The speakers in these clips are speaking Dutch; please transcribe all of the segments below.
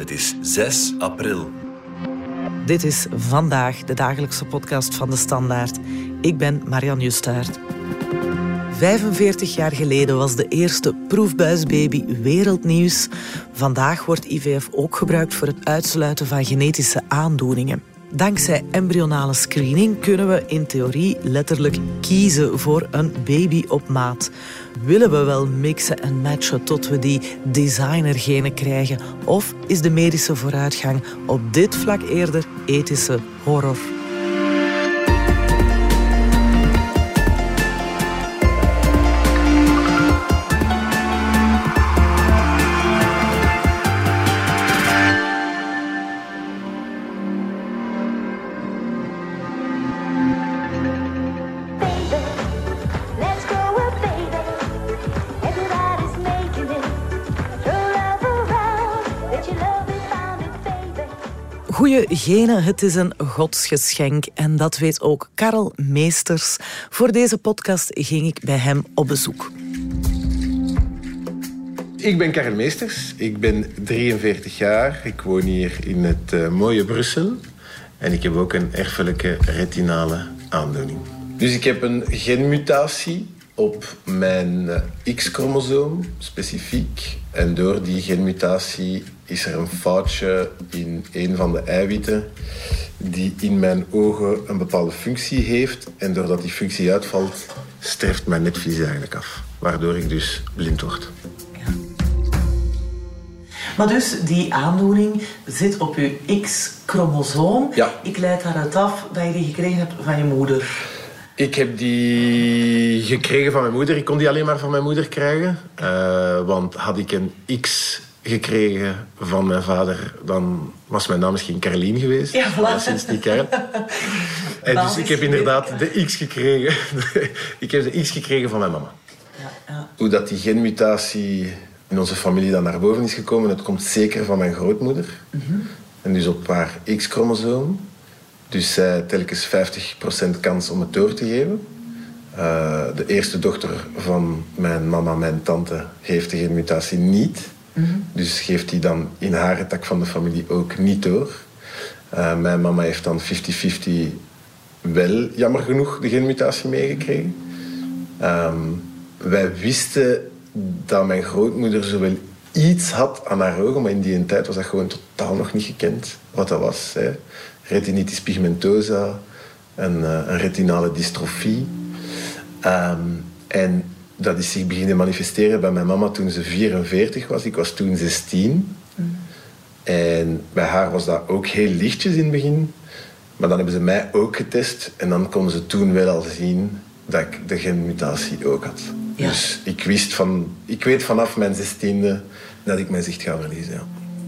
Het is 6 april. Dit is Vandaag, de dagelijkse podcast van De Standaard. Ik ben Marianne Justaert. 45 jaar geleden was de eerste proefbuisbaby wereldnieuws. Vandaag wordt IVF ook gebruikt voor het uitsluiten van genetische aandoeningen. Dankzij embryonale screening kunnen we in theorie letterlijk kiezen voor een baby op maat. Willen we wel mixen en matchen tot we die designergenen krijgen? Of is de medische vooruitgang op dit vlak eerder ethische horror? Goeie genen, het is een godsgeschenk en dat weet ook Karel Meesters. Voor deze podcast ging ik bij hem op bezoek. Ik ben Karel Meesters, ik ben 43 jaar. Ik woon hier in het mooie Brussel. En ik heb ook een erfelijke retinale aandoening. Dus ik heb een genmutatie op mijn X-chromosoom specifiek. En door die genmutatie is er een foutje in een van de eiwitten die in mijn ogen een bepaalde functie heeft. En doordat die functie uitvalt, sterft mijn netvlies eigenlijk af. Waardoor ik dus blind word. Ja. Maar dus die aandoening zit op je X-chromosoom. Ja. Ik leid daaruit af dat je die gekregen hebt van je moeder. Ik heb die gekregen van mijn moeder. Ik kon die alleen maar van mijn moeder krijgen. Want had ik een X gekregen van mijn vader, dan was mijn naam misschien Caroline geweest. Ja, voilà. Sinds die Karel. Dus ik heb inderdaad de X gekregen. Ik heb de X gekregen van mijn mama. Ja. Hoe dat die genmutatie in onze familie dan naar boven is gekomen, dat komt zeker van mijn grootmoeder. Mm-hmm. En dus op haar X-chromosoom. Dus zij telkens 50% kans om het door te geven. De eerste dochter van mijn mama, mijn tante, heeft de genmutatie niet. Mm-hmm. Dus geeft die dan in haar tak van de familie ook niet door. Mijn mama heeft dan 50-50 wel, jammer genoeg, de genmutatie meegekregen. Wij wisten dat mijn grootmoeder zowel iets had aan haar ogen, maar in die tijd was dat gewoon totaal nog niet gekend wat dat was. Hè. Retinitis pigmentosa, een retinale dystrofie. En dat is zich beginnen manifesteren bij mijn mama toen ze 44 was. Ik was toen 16. Mm. En bij haar was dat ook heel lichtjes in het begin. Maar dan hebben ze mij ook getest. En dan konden ze toen wel al zien dat ik de genmutatie ook had. Ja. Dus ik weet vanaf mijn 16e dat ik mijn zicht ga verliezen. Ja.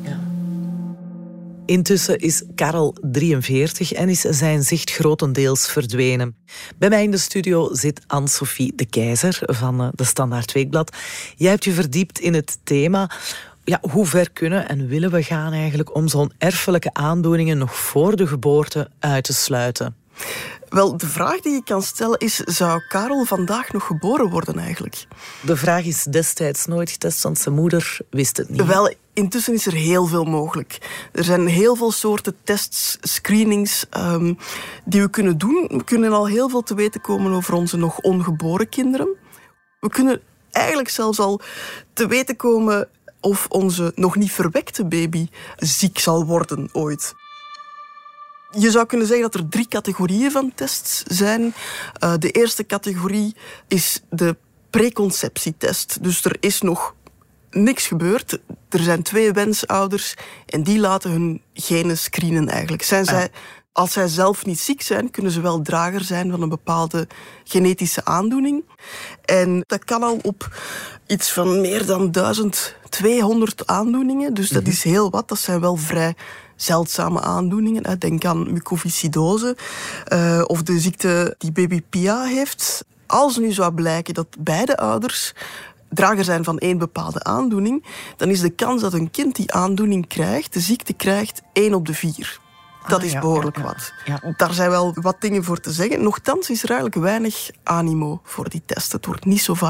Intussen is Karel 43 en is zijn zicht grotendeels verdwenen. Bij mij in de studio zit Anne-Sophie de Keizer van De Standaard Weekblad. Jij hebt je verdiept in het thema. Ja, hoe ver kunnen en willen we gaan eigenlijk om zo'n erfelijke aandoeningen nog voor de geboorte uit te sluiten? Wel, de vraag die je kan stellen is, zou Karel vandaag nog geboren worden eigenlijk? De vraag is destijds nooit getest, want zijn moeder wist het niet. Wel, intussen is er heel veel mogelijk. Er zijn heel veel soorten tests, screenings die we kunnen doen. We kunnen al heel veel te weten komen over onze nog ongeboren kinderen. We kunnen eigenlijk zelfs al te weten komen of onze nog niet verwekte baby ziek zal worden ooit. Je zou kunnen zeggen dat er 3 categorieën van tests zijn. De eerste categorie is de preconceptietest. Dus er is nog niks gebeurd. Er zijn 2 wensouders en die laten hun genen screenen eigenlijk. Als zij zelf niet ziek zijn, kunnen ze wel drager zijn van een bepaalde genetische aandoening. En dat kan al op iets van meer dan 1200 aandoeningen. Dus dat is heel wat. Dat zijn wel vrij zeldzame aandoeningen. Denk aan mucoviscidose of de ziekte die baby Pia heeft. Als nu zou blijken dat beide ouders drager zijn van 1 bepaalde aandoening, dan is de kans dat een kind die aandoening krijgt, de ziekte krijgt, 1 op de 4. Dat is behoorlijk wat. Ja. Daar zijn wel wat dingen voor te zeggen. Nochtans is er eigenlijk weinig animo voor die test. Het wordt niet zo vaak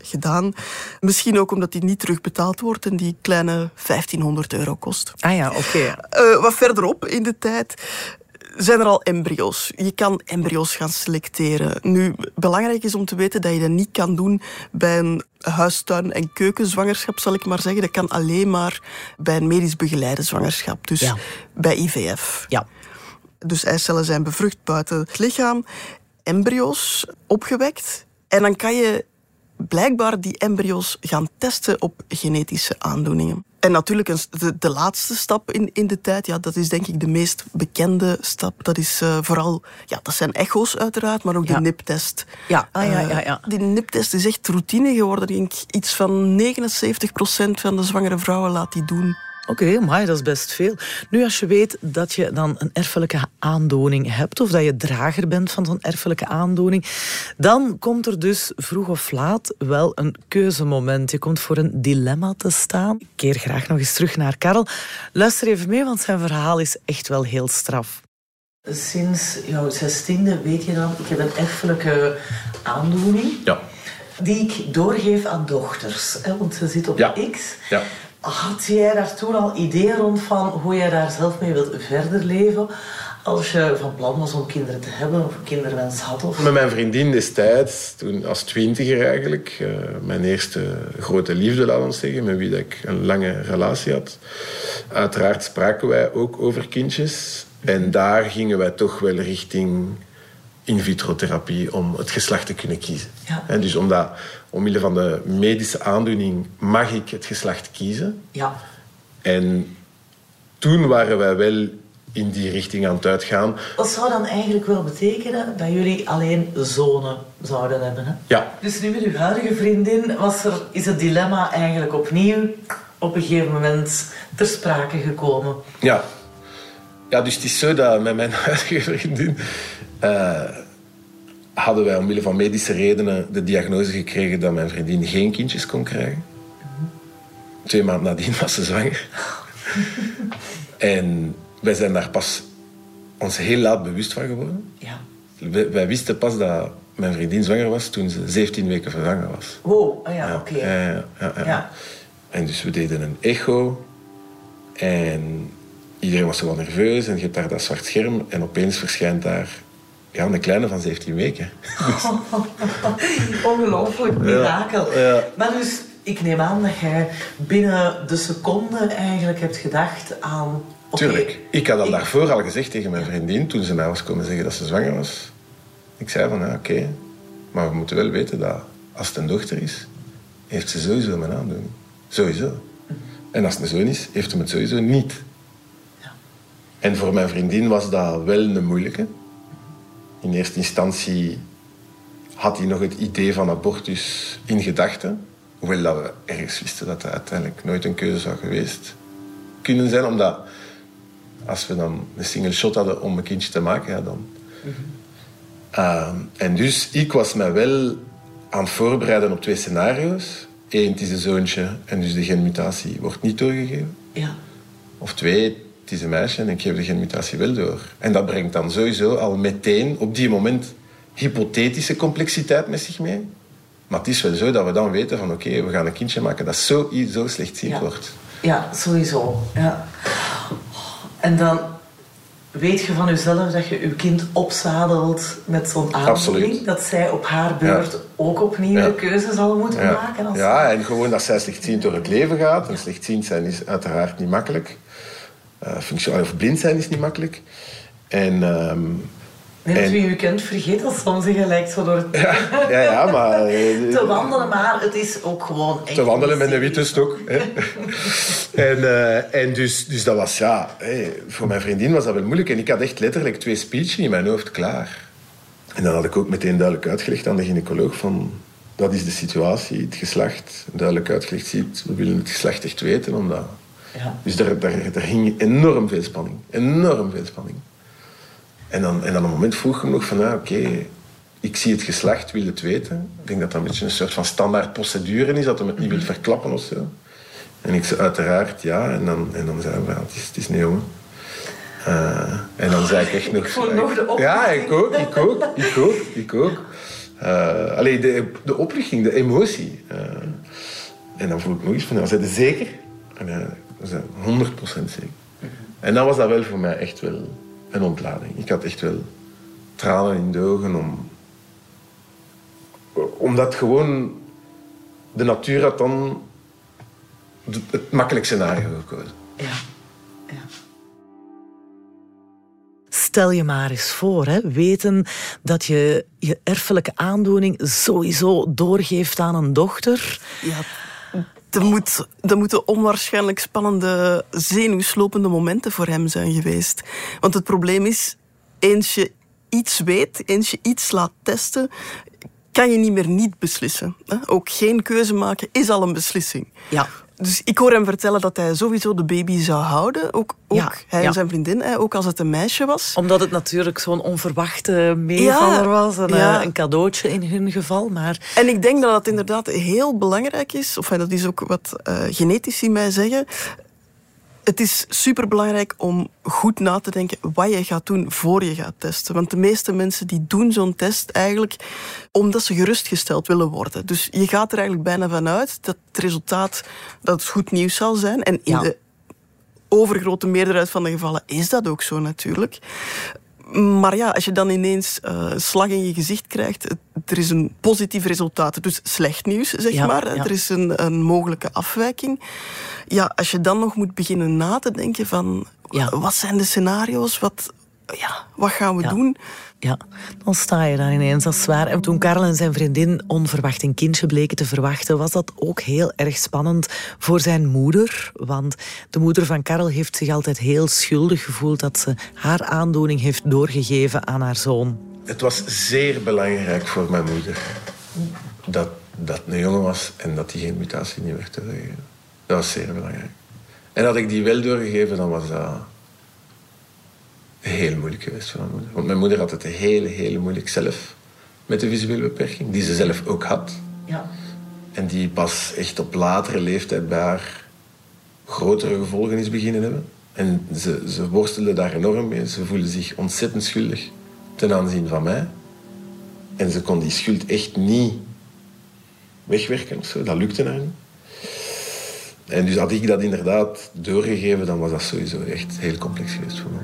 gedaan. Misschien ook omdat die niet terugbetaald wordt en die kleine €1500 kost. Ah ja, oké. Wat verderop in de tijd zijn er al embryo's. Je kan embryo's gaan selecteren. Nu, belangrijk is om te weten dat je dat niet kan doen bij een huistuin- en keukenzwangerschap, zal ik maar zeggen. Dat kan alleen maar bij een medisch begeleide zwangerschap. Dus bij IVF. Ja. Dus eicellen zijn bevrucht buiten het lichaam. Embryo's opgewekt. En dan kan je blijkbaar die embryo's gaan testen op genetische aandoeningen. En natuurlijk de laatste stap in de tijd, ja, dat is denk ik de meest bekende stap. Dat is vooral, ja, dat zijn echo's uiteraard, maar ook de NIPT-test. Ja. Die NIPT-test is echt routine geworden. Ik denk iets van 79% van de zwangere vrouwen laat die doen. Oké, maar dat is best veel. Nu, als je weet dat je dan een erfelijke aandoening hebt of dat je drager bent van zo'n erfelijke aandoening, dan komt er dus vroeg of laat wel een keuzemoment. Je komt voor een dilemma te staan. Ik keer graag nog eens terug naar Karel. Luister even mee, want zijn verhaal is echt wel heel straf. Sinds jouw 16e weet je dan, ik heb een erfelijke aandoening. Ja. Die ik doorgeef aan dochters. Want ze zit op X. Ja. Had jij daar toen al ideeën rond van hoe jij daar zelf mee wilt verder leven? Als je van plan was om kinderen te hebben of een kinderwens had? Of... Met mijn vriendin destijds, toen als 20er eigenlijk, mijn eerste grote liefde, laat ons zeggen, met wie dat ik een lange relatie had. Uiteraard spraken wij ook over kindjes. En daar gingen wij toch wel richting in vitro therapie om het geslacht te kunnen kiezen. Ja. En dus omdat, omwille van de medische aandoening, mag ik het geslacht kiezen. Ja. En toen waren wij wel in die richting aan het uitgaan. Dat zou dan eigenlijk wel betekenen dat jullie alleen zonen zouden hebben, hè? Ja. Dus nu met uw huidige vriendin is het dilemma eigenlijk opnieuw op een gegeven moment ter sprake gekomen. Ja. Ja, dus het is zo dat met mijn huidige vriendin hadden wij omwille van medische redenen de diagnose gekregen dat mijn vriendin geen kindjes kon krijgen. 2 maanden nadien was ze zwanger. En wij zijn daar pas ons heel laat bewust van geworden. Ja. Wij wisten pas dat mijn vriendin zwanger was toen ze 17 weken verzwanger was. Wow, oké. Ja. En dus we deden een echo. En iedereen was zo wel nerveus. En je hebt daar dat zwart scherm. En opeens verschijnt daar een kleine van 17 weken. Ongelooflijk mirakel. Ja. Maar dus, ik neem aan dat jij binnen de seconde eigenlijk hebt gedacht aan... Tuurlijk. Ik had al daarvoor al gezegd tegen mijn vriendin, toen ze mij was komen zeggen dat ze zwanger was. Ik zei van, oké, maar we moeten wel weten dat als het een dochter is, heeft ze sowieso mijn aandoening. Sowieso. En als het een zoon is, heeft hem het sowieso niet. Ja. En voor mijn vriendin was dat wel een moeilijke. In eerste instantie had hij nog het idee van abortus in gedachten. Hoewel dat we ergens wisten dat dat uiteindelijk nooit een keuze zou geweest kunnen zijn. Omdat als we dan een single shot hadden om een kindje te maken, ja, dan... En dus ik was mij wel aan het voorbereiden op 2 scenario's. 1, het is een zoontje en dus de genmutatie wordt niet doorgegeven. Ja. Of 2, het is een meisje en ik geef de genmutatie wel door. En dat brengt dan sowieso al meteen op die moment hypothetische complexiteit met zich mee. Maar het is wel zo dat we dan weten van oké, we gaan een kindje maken dat zo slechtziend wordt. Ja, sowieso. Ja. En dan weet je van jezelf dat je je kind opzadelt met zo'n aandoening. Absoluut. Dat zij op haar beurt ook opnieuw de keuze zal moeten maken. Ja, en gewoon dat zij slechtziend door het leven gaat. En slechtziend zijn is uiteraard niet makkelijk. Of blind zijn is niet makkelijk. En... wie u kent, vergeet dat soms. Je lijkt zo door het... maar... te wandelen, maar het is ook gewoon... Te wandelen met een witte stok. Hè. En dus dat was, voor mijn vriendin was dat wel moeilijk. En ik had echt letterlijk 2 speechen in mijn hoofd klaar. En dan had ik ook meteen duidelijk uitgelegd aan de gynaecoloog van... Dat is de situatie, het geslacht. Duidelijk uitgelegd, we willen het geslacht echt weten, omdat... Ja. Dus daar hing enorm veel spanning. Enorm veel spanning. En dan op een moment vroeg ik hem nog van, oké, ik zie het geslacht, wil het weten. Ik denk dat dat een beetje een soort van standaard procedure is, dat hij het niet wil verklappen of zo. En ik zei uiteraard ja, en dan zei hij, het is een jongen. En dan zei ik echt nog... Ik voel nog de opmerking. Ja, ik ook. De opluchting, de emotie. En dan voel ik nog eens van, zijn ze zeker? En dat is 100% zeker. En dan was dat wel voor mij echt wel een ontlading. Ik had echt wel tranen in de ogen omdat gewoon de natuur had dan het makkelijkste scenario gekozen. Ja. Stel je maar eens voor, hè, weten dat je je erfelijke aandoening sowieso doorgeeft aan een dochter. Ja, dat moeten onwaarschijnlijk spannende, zenuwslopende momenten voor hem zijn geweest. Want het probleem is, eens je iets weet, eens je iets laat testen, kan je niet meer niet beslissen. Ook geen keuze maken is al een beslissing. Ja. Dus ik hoor hem vertellen dat hij sowieso de baby zou houden. Ook hij en zijn vriendin, ook als het een meisje was. Omdat het natuurlijk zo'n onverwachte meevaller was. Een cadeautje in hun geval. Maar... En ik denk dat het inderdaad heel belangrijk is. Of dat is ook wat genetici mij zeggen. Het is superbelangrijk om goed na te denken wat je gaat doen voor je gaat testen. Want de meeste mensen die doen zo'n test eigenlijk omdat ze gerustgesteld willen worden. Dus je gaat er eigenlijk bijna vanuit dat het resultaat dat het goed nieuws zal zijn. En in de overgrote meerderheid van de gevallen is dat ook zo natuurlijk. Maar ja, als je dan ineens een slag in je gezicht krijgt, er is een positief resultaat. Dus slecht nieuws, zeg maar. Er is een mogelijke afwijking. Ja, als je dan nog moet beginnen na te denken van... Wat zijn de scenario's? Wat gaan we doen? Ja, dan sta je daar ineens, dat is zwaar. En toen Karel en zijn vriendin onverwacht een kindje bleken te verwachten, was dat ook heel erg spannend voor zijn moeder. Want de moeder van Karel heeft zich altijd heel schuldig gevoeld dat ze haar aandoening heeft doorgegeven aan haar zoon. Het was zeer belangrijk voor mijn moeder dat een jongen was en dat die geen mutatie niet werd doorgegeven. Dat was zeer belangrijk. En had ik die wel doorgegeven, dan was dat heel moeilijk geweest voor mijn moeder. Want mijn moeder had het heel moeilijk zelf met de visuele beperking, die ze zelf ook had. Ja. En die pas echt op latere leeftijd bij haar grotere gevolgen is beginnen hebben. En ze worstelde daar enorm mee. Ze voelde zich ontzettend schuldig ten aanzien van mij. En ze kon die schuld echt niet wegwerken of zo. Dat lukte haar niet. En dus had ik dat inderdaad doorgegeven, dan was dat sowieso echt heel complex geweest voor mij.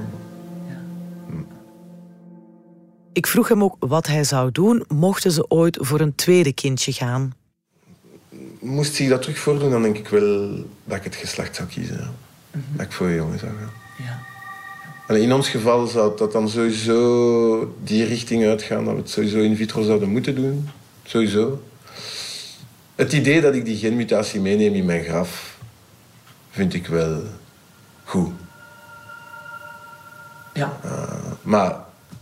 Ik vroeg hem ook wat hij zou doen mochten ze ooit voor een tweede kindje gaan. Moest ik dat terug voordoen, dan denk ik wel dat ik het geslacht zou kiezen. Ja. Dat ik voor een jongen zou gaan. Ja. En in ons geval zou dat dan sowieso die richting uitgaan, dat we het sowieso in vitro zouden moeten doen. Sowieso. Het idee dat ik die genmutatie meeneem in mijn graf, vind ik wel goed. Ja. Maar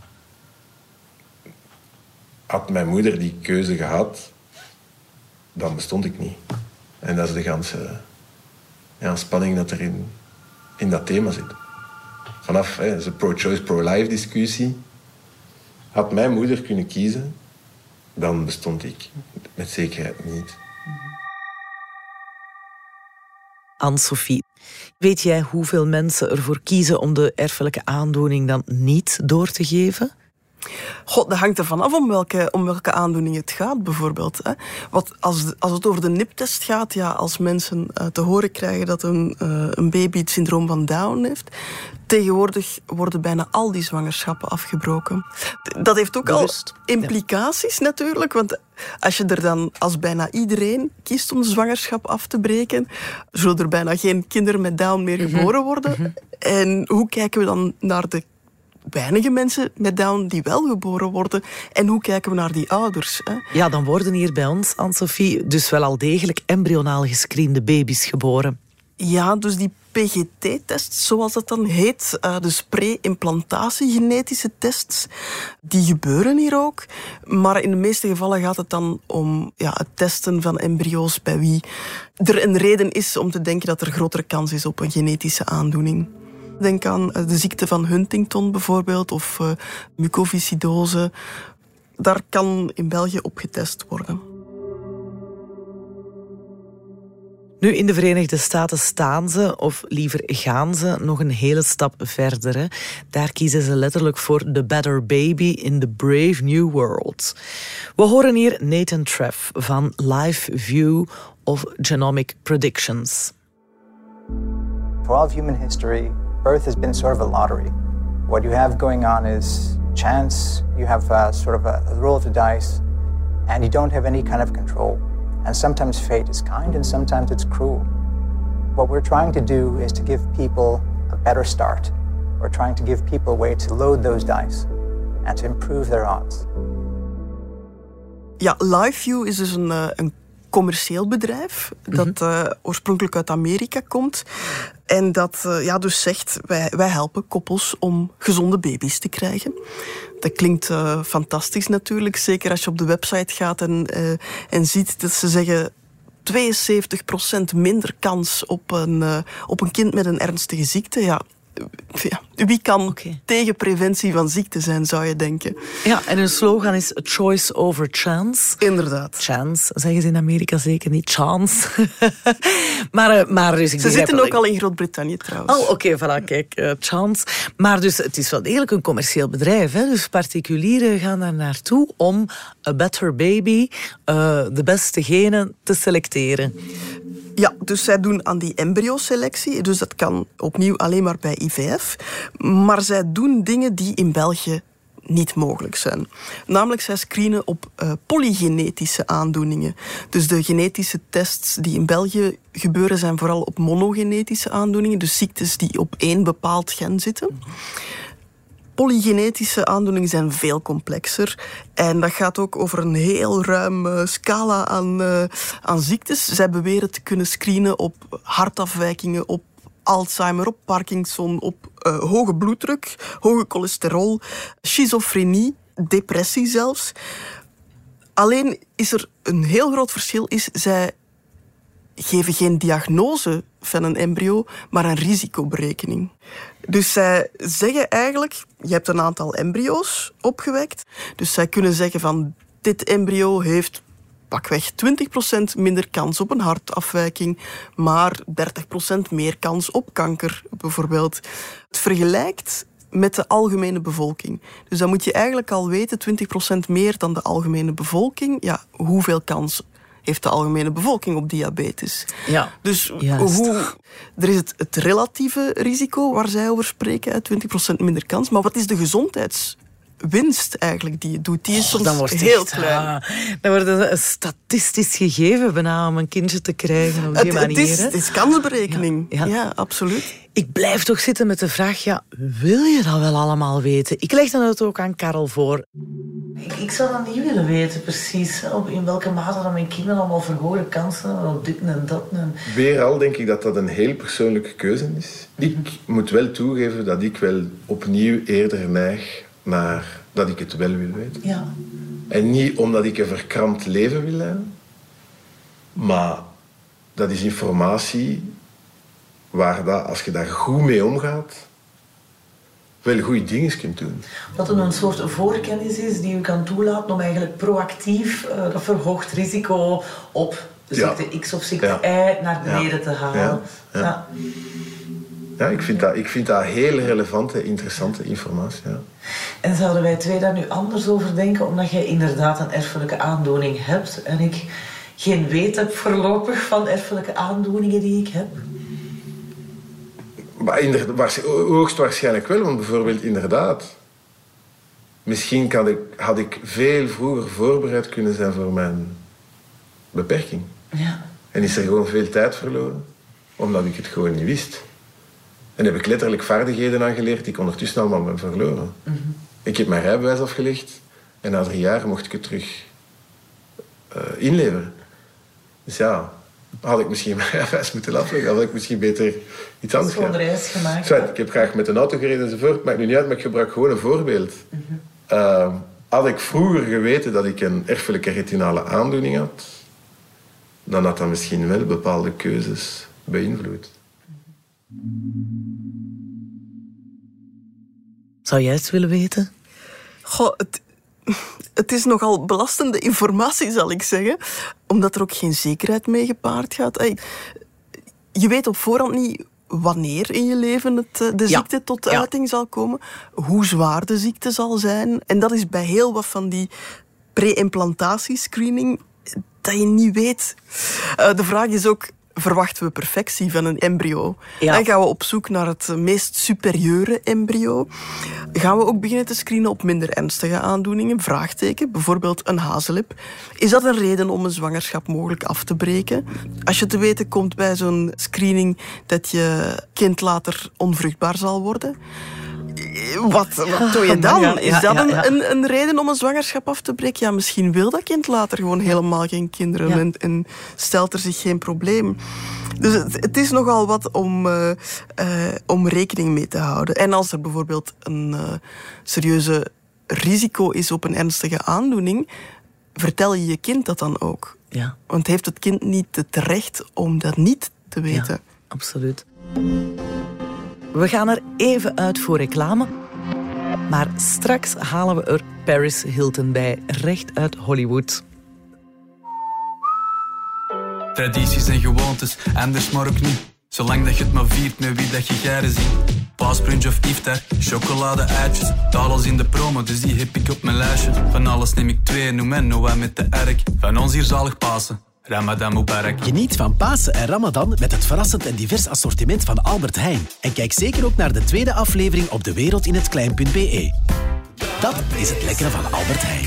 had mijn moeder die keuze gehad, dan bestond ik niet. En dat is de ganse spanning dat er in dat thema zit. Vanaf de pro-choice, pro-life discussie. Had mijn moeder kunnen kiezen, dan bestond ik met zekerheid niet. Anne-Sophie, weet jij hoeveel mensen ervoor kiezen om de erfelijke aandoening dan niet door te geven? Dat hangt ervan af om welke aandoening het gaat, bijvoorbeeld. Want als het over de NIP-test gaat, als mensen te horen krijgen dat een baby het syndroom van Down heeft, tegenwoordig worden bijna al die zwangerschappen afgebroken. Dat heeft ook al implicaties natuurlijk, want als je er dan als bijna iedereen kiest om de zwangerschap af te breken, zullen er bijna geen kinderen met Down meer geboren worden. En hoe kijken we dan naar de weinige mensen met Down die wel geboren worden? En hoe kijken we naar die ouders? Ja, dan worden hier bij ons, Anne-Sophie, dus wel al degelijk embryonaal gescreende baby's geboren. Ja, dus die PGT-test, zoals dat dan heet, dus pre-implantatiegenetische tests, die gebeuren hier ook. Maar in de meeste gevallen gaat het dan om het testen van embryo's bij wie er een reden is om te denken dat er grotere kans is op een genetische aandoening. Denk aan de ziekte van Huntington bijvoorbeeld, of mucoviscidose. Daar kan in België op getest worden. Nu, in de Verenigde Staten staan ze, of liever gaan ze, nog een hele stap verder. Hè. Daar kiezen ze letterlijk voor The Better Baby in the Brave New World. We horen hier Nathan Treff van Live View of Genomic Predictions. For all of human history, birth has been sort of a lottery. What you have going on is chance, you have sort of a roll of the dice, and you don't have any kind of control. And sometimes fate is kind and sometimes it's cruel. What we're trying to do is to give people a better start. We're trying to give people a way to load those dice and to improve their odds. Ja, LiveView is dus een commercieel bedrijf dat oorspronkelijk uit Amerika komt. En dat dus zegt, wij helpen koppels om gezonde baby's te krijgen. Dat klinkt fantastisch natuurlijk. Zeker als je op de website gaat en ziet dat ze zeggen 72% minder kans op een kind met een ernstige ziekte. Ja, wie kan tegen preventie van ziekte zijn, zou je denken. Ja, en hun slogan is choice over chance. Inderdaad. Chance, zeggen ze in Amerika zeker niet. Chance. maar dus ze zitten ook al in Groot-Brittannië trouwens. Oh, oké, voilà, kijk, chance. Maar dus het is wel degelijk een commercieel bedrijf. Hè? Dus particulieren gaan daar naartoe om a better baby, de beste genen, te selecteren. Ja, dus zij doen aan die embryoselectie. Dus dat kan opnieuw alleen maar bij IVF. Maar zij doen dingen die in België niet mogelijk zijn. Namelijk, zij screenen op polygenetische aandoeningen. Dus de genetische tests die in België gebeuren zijn vooral op monogenetische aandoeningen. Dus ziektes die op één bepaald gen zitten. Polygenetische aandoeningen zijn veel complexer. En dat gaat ook over een heel ruim scala aan ziektes. Zij beweren te kunnen screenen op hartafwijkingen, op Alzheimer, op Parkinson, op hoge bloeddruk, hoge cholesterol, schizofrenie, depressie zelfs. Alleen is er een heel groot verschil. Zij geven geen diagnose van een embryo, maar een risicoberekening. Dus zij zeggen eigenlijk, je hebt een aantal embryo's opgewekt. Dus zij kunnen zeggen van, dit embryo heeft pakweg 20% minder kans op een hartafwijking, maar 30% meer kans op kanker, bijvoorbeeld. Het vergelijkt met de algemene bevolking. Dus dan moet je eigenlijk al weten, 20% meer dan de algemene bevolking. Ja, hoeveel kans heeft de algemene bevolking op diabetes? Ja, dus er is het relatieve risico waar zij over spreken, 20% minder kans. Maar wat is de gezondheidswinst eigenlijk die je doet? Die is soms heel klein. Dan wordt het een statistisch gegeven bijna om een kindje te krijgen op die manier. Het is kansberekening. Ja, absoluut. Ik blijf toch zitten met de vraag, wil je dat wel allemaal weten? Ik leg dan het ook aan Karel voor. Ik zou dat niet willen weten, precies. In welke mate dat mijn kinderen allemaal verhoogde kansen op dit en dat. Weer al denk ik dat dat een heel persoonlijke keuze is. Ik moet wel toegeven dat ik wel opnieuw eerder neig naar dat ik het wel wil weten. Ja. En niet omdat ik een verkrampt leven wil leiden, maar dat is informatie waar dat, als je daar goed mee omgaat, wel goede dingen kunt doen. Wat een soort voorkennis is die u kan toelaten om eigenlijk proactief dat verhoogd risico op ziekte X of ziekte Y naar beneden te halen. Ja, ik vind dat heel relevante, interessante informatie. Ja. En zouden wij twee daar nu anders over denken, omdat jij inderdaad een erfelijke aandoening hebt en ik geen weet heb voorlopig van erfelijke aandoeningen die ik heb? Maar hoogstwaarschijnlijk wel, want bijvoorbeeld inderdaad, misschien had ik veel vroeger voorbereid kunnen zijn voor mijn beperking. Ja. En is er gewoon veel tijd verloren, omdat ik het gewoon niet wist. En heb ik letterlijk vaardigheden aangeleerd die ik ondertussen allemaal ben verloren. Mm-hmm. Ik heb mijn rijbewijs afgelegd en na 3 jaar mocht ik het terug inleveren. Dus ja, had ik misschien mijn rijbewijs moeten afleggen, had ik misschien beter iets anders gedaan. Gewoon reis gemaakt. Zwart, ik heb graag met een auto gereden enzovoort, maakt nu niet uit, maar ik gebruik gewoon een voorbeeld. Mm-hmm. Had ik vroeger geweten dat ik een erfelijke retinale aandoening had, dan had dat misschien wel bepaalde keuzes beïnvloed. Zou jij het willen weten? Goh, het is nogal belastende informatie, zal ik zeggen. Omdat er ook geen zekerheid mee gepaard gaat. Je weet op voorhand niet wanneer in je leven de ziekte tot uiting zal komen, hoe zwaar de ziekte zal zijn. En dat is bij heel wat van die pre-implantatiescreening dat je niet weet. De vraag is ook, verwachten we perfectie van een embryo? Ja. Dan gaan we op zoek naar het meest superieure embryo. Gaan we ook beginnen te screenen op minder ernstige aandoeningen? Vraagteken, bijvoorbeeld een hazellip. Is dat een reden om een zwangerschap mogelijk af te breken? Als je te weten komt bij zo'n screening dat je kind later onvruchtbaar zal worden, wat doe je dan? Is dat een reden om een zwangerschap af te breken? Ja, misschien wil dat kind later gewoon helemaal geen kinderen en stelt er zich geen probleem. Dus het is nogal wat om rekening mee te houden. En als er bijvoorbeeld een serieuze risico is op een ernstige aandoening, vertel je je kind dat dan ook. Ja. Want heeft het kind niet het recht om dat niet te weten? Ja, absoluut. We gaan er even uit voor reclame. Maar straks halen we er Paris Hilton bij, recht uit Hollywood. Tradities en gewoontes, anders maar ook niet. Zolang dat je het maar viert met wie dat je garen ziet. Paasbrunch of iftar, chocolade-eitjes. Alles in de promo, dus die heb ik op mijn lijstje. Van alles neem ik 2, noem en Noah met de erk. Van ons hier zalig Pasen, Ramadan Mubarak. Geniet van Pasen en Ramadan met het verrassend en divers assortiment van Albert Heijn. En kijk zeker ook naar de tweede aflevering op dewereldinhetklein.be. Dat is het lekkere van Albert Heijn.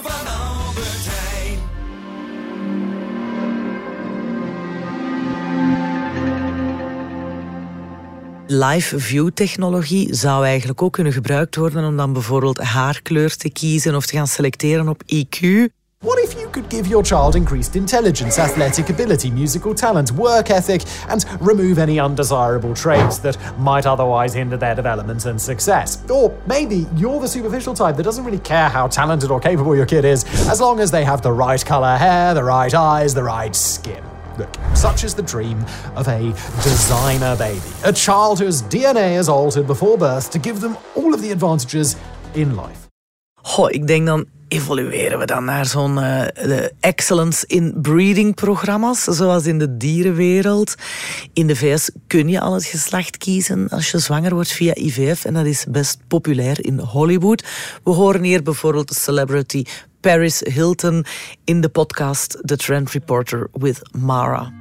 Live view technologie zou eigenlijk ook kunnen gebruikt worden om dan bijvoorbeeld haarkleur te kiezen of te gaan selecteren op IQ. What if you could give your child increased intelligence, athletic ability, musical talent, work ethic, and remove any undesirable traits that might otherwise hinder their development and success? Or maybe you're the superficial type that doesn't really care how talented or capable your kid is, as long as they have the right color hair, the right eyes, the right skin. Look, such is the dream of a designer baby. A child whose DNA is altered before birth to give them all of the advantages in life. Ik denk dan evolueren we dan naar zo'n excellence in breeding programma's, zoals in de dierenwereld. In de VS kun je al het geslacht kiezen als je zwanger wordt via IVF en dat is best populair in Hollywood. We horen hier bijvoorbeeld de celebrity Paris Hilton in de podcast The Trend Reporter with Mara.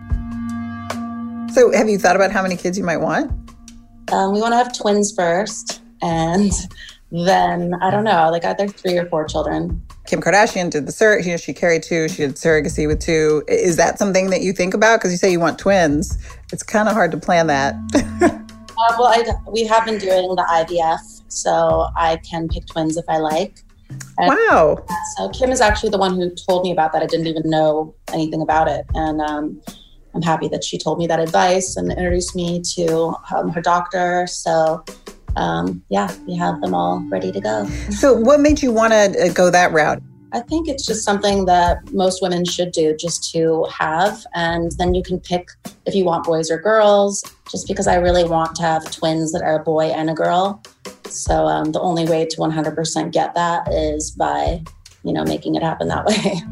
So have you thought about how many kids you might want? We want to have twins first, and then, I don't know, like either 3 or 4 children. Kim Kardashian did the she carried 2, she did surrogacy with 2. Is that something that you think about? Because you say you want twins. It's kind of hard to plan that. We have been doing the IVF, so I can pick twins if I like. And wow. So Kim is actually the one who told me about that. I didn't even know anything about it. And I'm happy that she told me that advice and introduced me to her doctor. So we have them all ready to go. So what made you want to go that route? I think it's just something that most women should do just to have. And then you can pick if you want boys or girls, just because I really want to have twins that are a boy and a girl. So the only way to 100% get that is by, making it happen that way.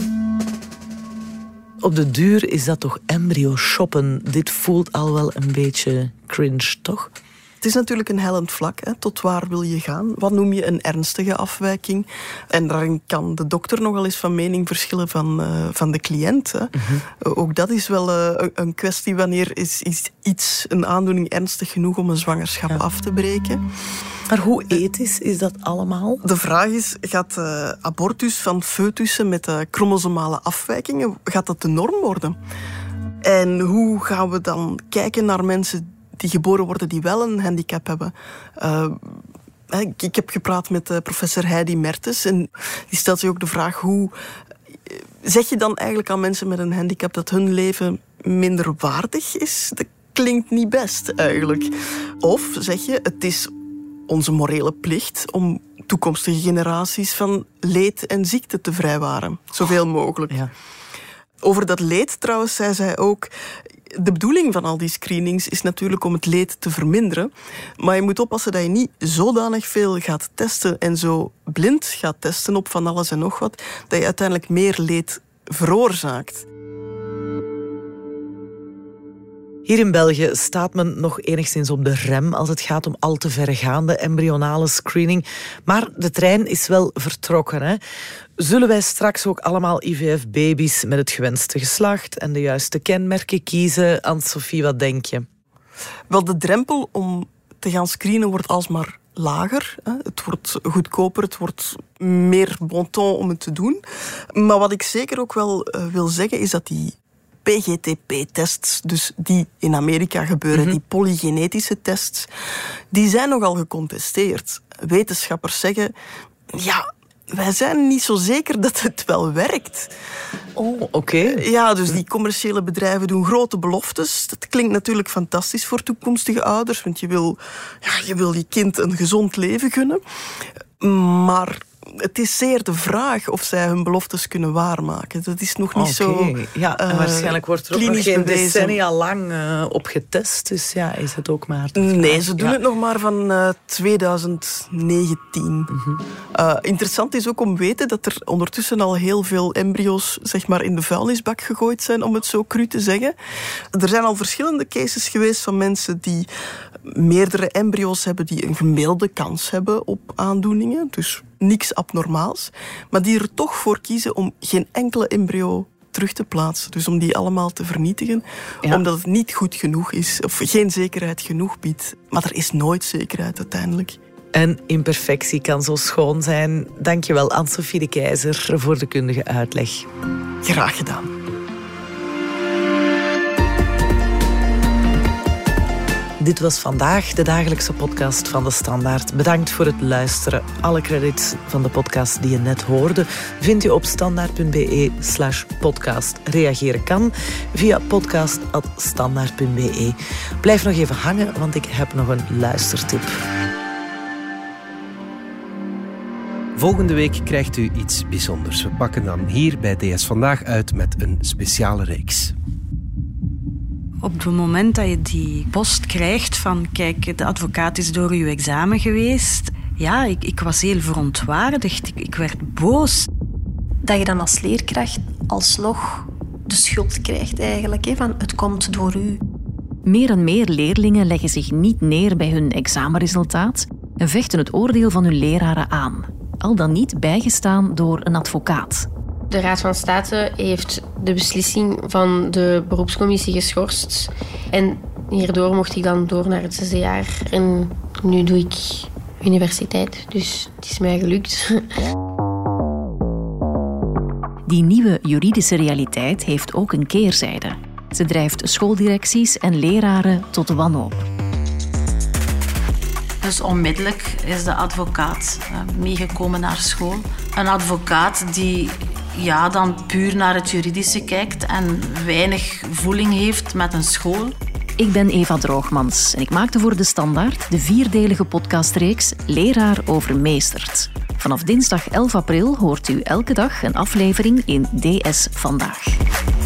Op de duur is dat toch embryo shoppen. Dit voelt al wel een beetje cringe, toch? Het is natuurlijk een hellend vlak. Hè. Tot waar wil je gaan? Wat noem je een ernstige afwijking? En daarin kan de dokter nogal eens van mening verschillen van de cliënt. Hè. Mm-hmm. Ook dat is wel een kwestie. Wanneer is een aandoening ernstig genoeg om een zwangerschap af te breken? Maar hoe ethisch is dat allemaal? De vraag is, gaat abortus van foetussen met chromosomale afwijkingen, gaat dat de norm worden? En hoe gaan we dan kijken naar mensen die geboren worden die wel een handicap hebben? Ik heb gepraat met professor Heidi Mertens en die stelt zich ook de vraag, hoe zeg je dan eigenlijk aan mensen met een handicap dat hun leven minder waardig is? Dat klinkt niet best eigenlijk. Of zeg je, het is onze morele plicht om toekomstige generaties van leed en ziekte te vrijwaren. Zoveel mogelijk. Ja. Over dat leed trouwens zei zij ook, de bedoeling van al die screenings is natuurlijk om het leed te verminderen. Maar je moet oppassen dat je niet zodanig veel gaat testen en zo blind gaat testen op van alles en nog wat, dat je uiteindelijk meer leed veroorzaakt. Hier in België staat men nog enigszins op de rem als het gaat om al te verregaande embryonale screening. Maar de trein is wel vertrokken, hè? Zullen wij straks ook allemaal IVF-baby's met het gewenste geslacht en de juiste kenmerken kiezen? Anne-Sophie, wat denk je? Wel, de drempel om te gaan screenen wordt alsmaar lager. Het wordt goedkoper, het wordt meer bon ton om het te doen. Maar wat ik zeker ook wel wil zeggen is dat die PGTP-tests, dus die in Amerika gebeuren, die polygenetische tests, die zijn nogal gecontesteerd. Wetenschappers zeggen, ja, wij zijn niet zo zeker dat het wel werkt. Oh, oké. Ja, dus die commerciële bedrijven doen grote beloftes. Dat klinkt natuurlijk fantastisch voor toekomstige ouders, want je wil je kind een gezond leven gunnen. Maar het is zeer de vraag of zij hun beloftes kunnen waarmaken. Dat is nog niet zo. Ja, en waarschijnlijk wordt er ook nog geen decennia lang op getest. Dus ja, is het ook maar. Nee, ze doen het nog maar van 2019. Interessant is ook om te weten dat er ondertussen al heel veel embryo's zeg maar, in de vuilnisbak gegooid zijn, om het zo cru te zeggen. Er zijn al verschillende cases geweest van mensen die meerdere embryo's hebben die een gemiddelde kans hebben op aandoeningen. Dus niks abnormaals. Maar die er toch voor kiezen om geen enkele embryo terug te plaatsen. Dus om die allemaal te vernietigen. Ja. Omdat het niet goed genoeg is. Of geen zekerheid genoeg biedt. Maar er is nooit zekerheid uiteindelijk. En imperfectie kan zo schoon zijn. Dankjewel Anne-Sophie de Keizer voor de kundige uitleg. Graag gedaan. Dit was vandaag de dagelijkse podcast van De Standaard. Bedankt voor het luisteren. Alle credits van de podcast die je net hoorde vind je op standaard.be/podcast. Reageren kan via podcast@standaard.be. Blijf nog even hangen, want ik heb nog een luistertip. Volgende week krijgt u iets bijzonders. We pakken dan hier bij DS Vandaag uit met een speciale reeks. Op het moment dat je die post krijgt van kijk, de advocaat is door uw examen geweest. Ja, ik was heel verontwaardigd. Ik werd boos. Dat je dan als leerkracht alsnog de schuld krijgt eigenlijk. Van het komt door u. Meer en meer leerlingen leggen zich niet neer bij hun examenresultaat en vechten het oordeel van hun leraren aan. Al dan niet bijgestaan door een advocaat. De Raad van State heeft de beslissing van de beroepscommissie geschorst. En hierdoor mocht ik dan door naar het 6e jaar. En nu doe ik universiteit, dus het is mij gelukt. Die nieuwe juridische realiteit heeft ook een keerzijde. Ze drijft schooldirecties en leraren tot wanhoop. Dus onmiddellijk is de advocaat meegekomen naar school. Een advocaat die dan puur naar het juridische kijkt en weinig voeling heeft met een school. Ik ben Eva Droogmans en ik maakte voor De Standaard de 4-delige podcastreeks Leraar Overmeesterd. Vanaf dinsdag 11 april hoort u elke dag een aflevering in DS Vandaag.